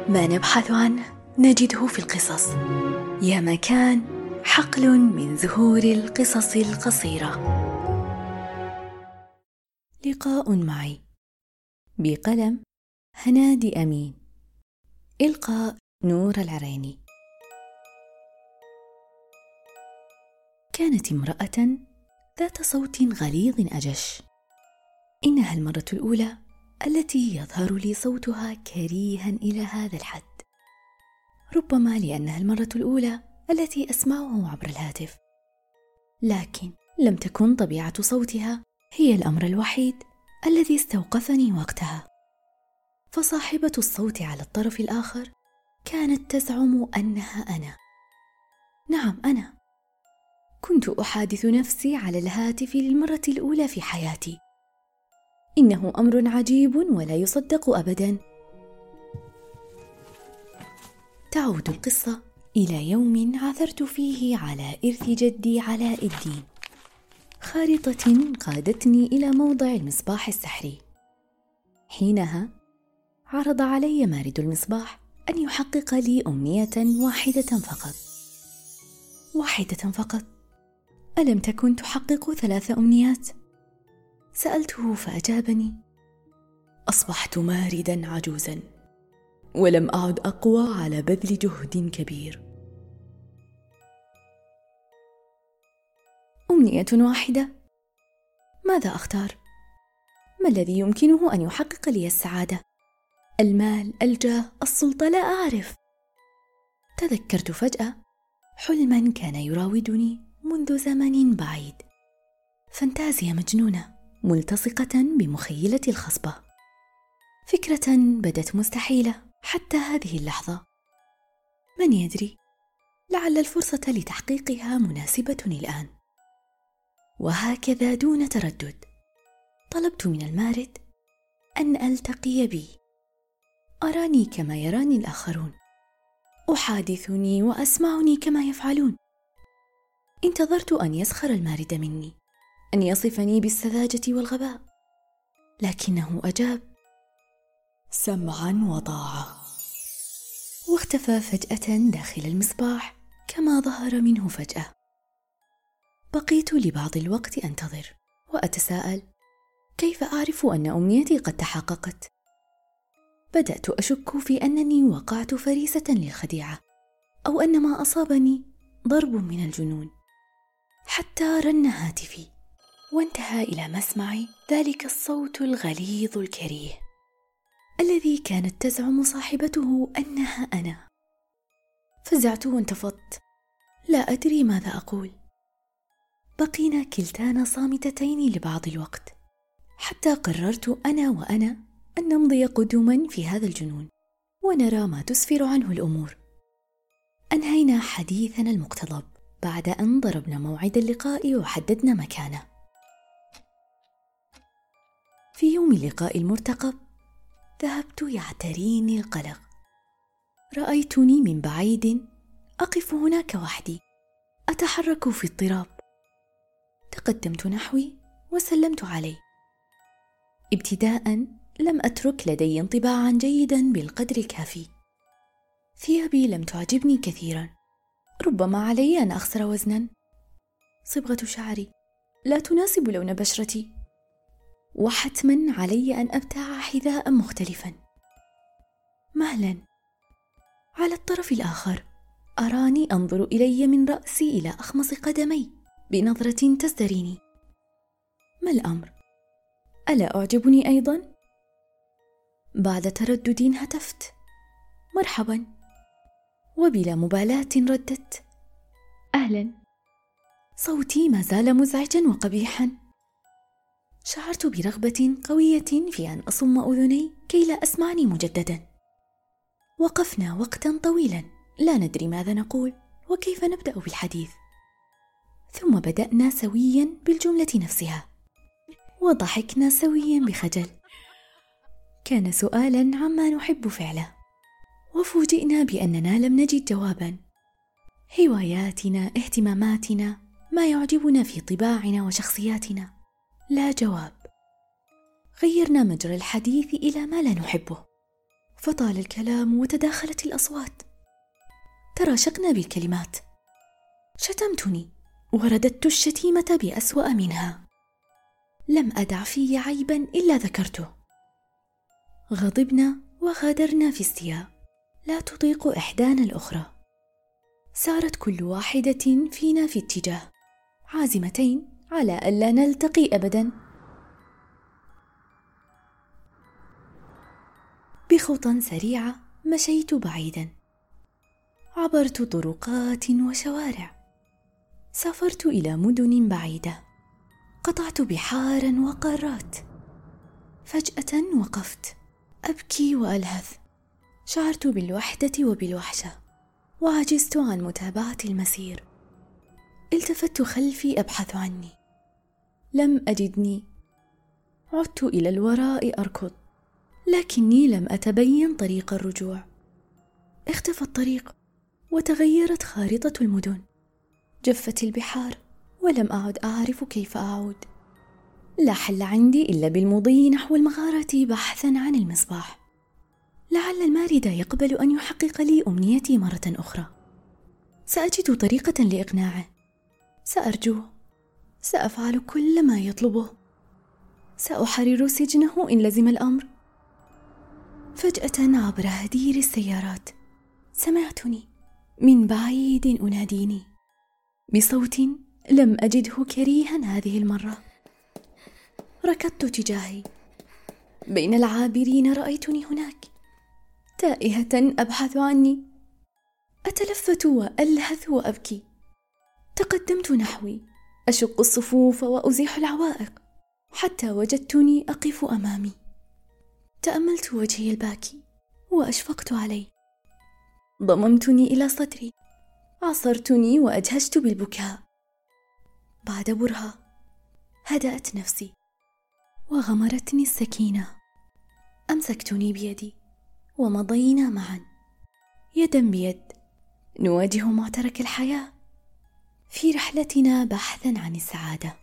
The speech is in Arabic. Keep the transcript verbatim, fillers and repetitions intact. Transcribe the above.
ما نبحث عنه نجده في القصص. يا مكان حقل من زهور القصص القصيرة. لقاء معي بقلم هنادي أمين. إلقاء نور العريني. كانت امرأة ذات صوت غليظ أجش. إنها المرة الأولى التي يظهر لي صوتها كريها إلى هذا الحد، ربما لأنها المرة الأولى التي أسمعه عبر الهاتف، لكن لم تكن طبيعة صوتها هي الأمر الوحيد الذي استوقفني وقتها. فصاحبة الصوت على الطرف الآخر كانت تزعم أنها أنا. نعم أنا. كنت أحادث نفسي على الهاتف للمرة الأولى في حياتي. إنه أمر عجيب ولا يصدق أبدا. تعود القصة إلى يوم عثرت فيه على إرث جدي علاء الدين، خارطة قادتني إلى موضع المصباح السحري. حينها عرض علي مارد المصباح أن يحقق لي أمنية واحدة فقط. واحدة فقط؟ ألم تكن تحقق ثلاث أمنيات؟ سألته فأجابني: أصبحت ماردا عجوزا ولم أعد أقوى على بذل جهد كبير. أمنية واحدة؟ ماذا أختار؟ ما الذي يمكنه أن يحقق لي السعادة؟ المال، الجاه، السلطة؟ لا أعرف. تذكرت فجأة حلما كان يراودني منذ زمن بعيد، فانتازيا مجنونة ملتصقة بمخيلتي الخصبة، فكرة بدت مستحيلة حتى هذه اللحظة. من يدري، لعل الفرصة لتحقيقها مناسبة الآن. وهكذا دون تردد طلبت من المارد أن ألتقي بي. أراني كما يراني الآخرون، أحادثني وأسمعني كما يفعلون. انتظرت أن يسخر المارد مني، أن يصفني بالسذاجة والغباء، لكنه أجاب: سمعا وطاعة. واختفى فجأة داخل المصباح كما ظهر منه فجأة. بقيت لبعض الوقت أنتظر وأتساءل: كيف أعرف أن أمنيتي قد تحققت؟ بدأت أشك في أنني وقعت فريسة للخديعة، أو أن ما أصابني ضرب من الجنون. حتى رن هاتفي وانتهى إلى مسمعي ذلك الصوت الغليظ الكريه الذي كانت تزعم صاحبته أنها أنا. فزعت وانتفضت، لا أدري ماذا أقول. بقينا كلتانا صامتتين لبعض الوقت، حتى قررت أنا وأنا أن نمضي قدما في هذا الجنون ونرى ما تسفر عنه الأمور. أنهينا حديثنا المقتضب بعد أن ضربنا موعد اللقاء وحددنا مكانه. في يوم اللقاء المرتقب ذهبت يعتريني القلق. رأيتني من بعيد أقف هناك وحدي أتحرك في اضطراب. تقدمت نحوي وسلمت عليه. ابتداء لم أترك لدي انطباعا جيدا بالقدر الكافي. ثيابي لم تعجبني كثيرا، ربما علي أن أخسر وزنا. صبغة شعري لا تناسب لون بشرتي، وحتما علي أن أبتاع حذاء مختلفا. مهلا. على الطرف الآخر أراني أنظر إلي من رأسي إلى أخمص قدمي بنظرة تزدريني. ما الأمر؟ ألا أعجبني أيضا؟ بعد تردد هتفت: مرحبا. وبلا مبالاة ردت: أهلا. صوتي ما زال مزعجا وقبيحا. شعرت برغبة قوية في أن أصم أذني كي لا أسمعني مجددا. وقفنا وقتا طويلا لا ندري ماذا نقول وكيف نبدأ بالحديث، ثم بدأنا سويا بالجملة نفسها، وضحكنا سويا بخجل. كان سؤالا عما نحب فعله، وفوجئنا بأننا لم نجد جوابا. هواياتنا، اهتماماتنا، ما يعجبنا في طباعنا وشخصياتنا، لا جواب. غيرنا مجرى الحديث إلى ما لا نحبه، فطال الكلام وتداخلت الأصوات، تراشقنا بالكلمات. شتمتني ورددت الشتيمة بأسوأ منها. لم أدع في عيبا إلا ذكرته. غضبنا وغادرنا في استياء لا تطيق إحدانا الأخرى. سارت كل واحدة فينا في اتجاه، عازمتين على ألا نلتقي أبدا. بخطى سريعة مشيت بعيدا، عبرت طرقات وشوارع، سافرت إلى مدن بعيدة، قطعت بحارا وقارات. فجأة وقفت أبكي وألهث، شعرت بالوحدة وبالوحشة وعجزت عن متابعة المسير. التفت خلفي أبحث عني، لم أجدني. عدت إلى الوراء أركض، لكني لم أتبين طريق الرجوع. اختفى الطريق وتغيرت خارطة المدن، جفت البحار ولم أعد أعرف كيف أعود. لا حل عندي إلا بالمضي نحو المغارة بحثا عن المصباح. لعل المارد يقبل أن يحقق لي أمنيتي مرة أخرى. سأجد طريقة لإقناعه، سأرجوه، سأفعل كل ما يطلبه، سأحرر سجنه إن لزم الأمر. فجأة عبر هدير السيارات سمعتني من بعيد أناديني بصوت لم أجده كريها هذه المرة. ركضت تجاهي، بين العابرين رأيتني هناك تائهة أبحث عني. أتلفت وألهث وأبكي. تقدمت نحوي، أشق الصفوف وأزيح العوائق حتى وجدتني أقف أمامي. تأملت وجهي الباكي وأشفقت عليه. ضممتني إلى صدري، عصرتني وأجهشت بالبكاء. بعد برهة هدأت نفسي وغمرتني السكينة. أمسكتني بيدي ومضينا معا يدا بيد نواجه معترك الحياة في رحلتنا بحثا عن السعادة.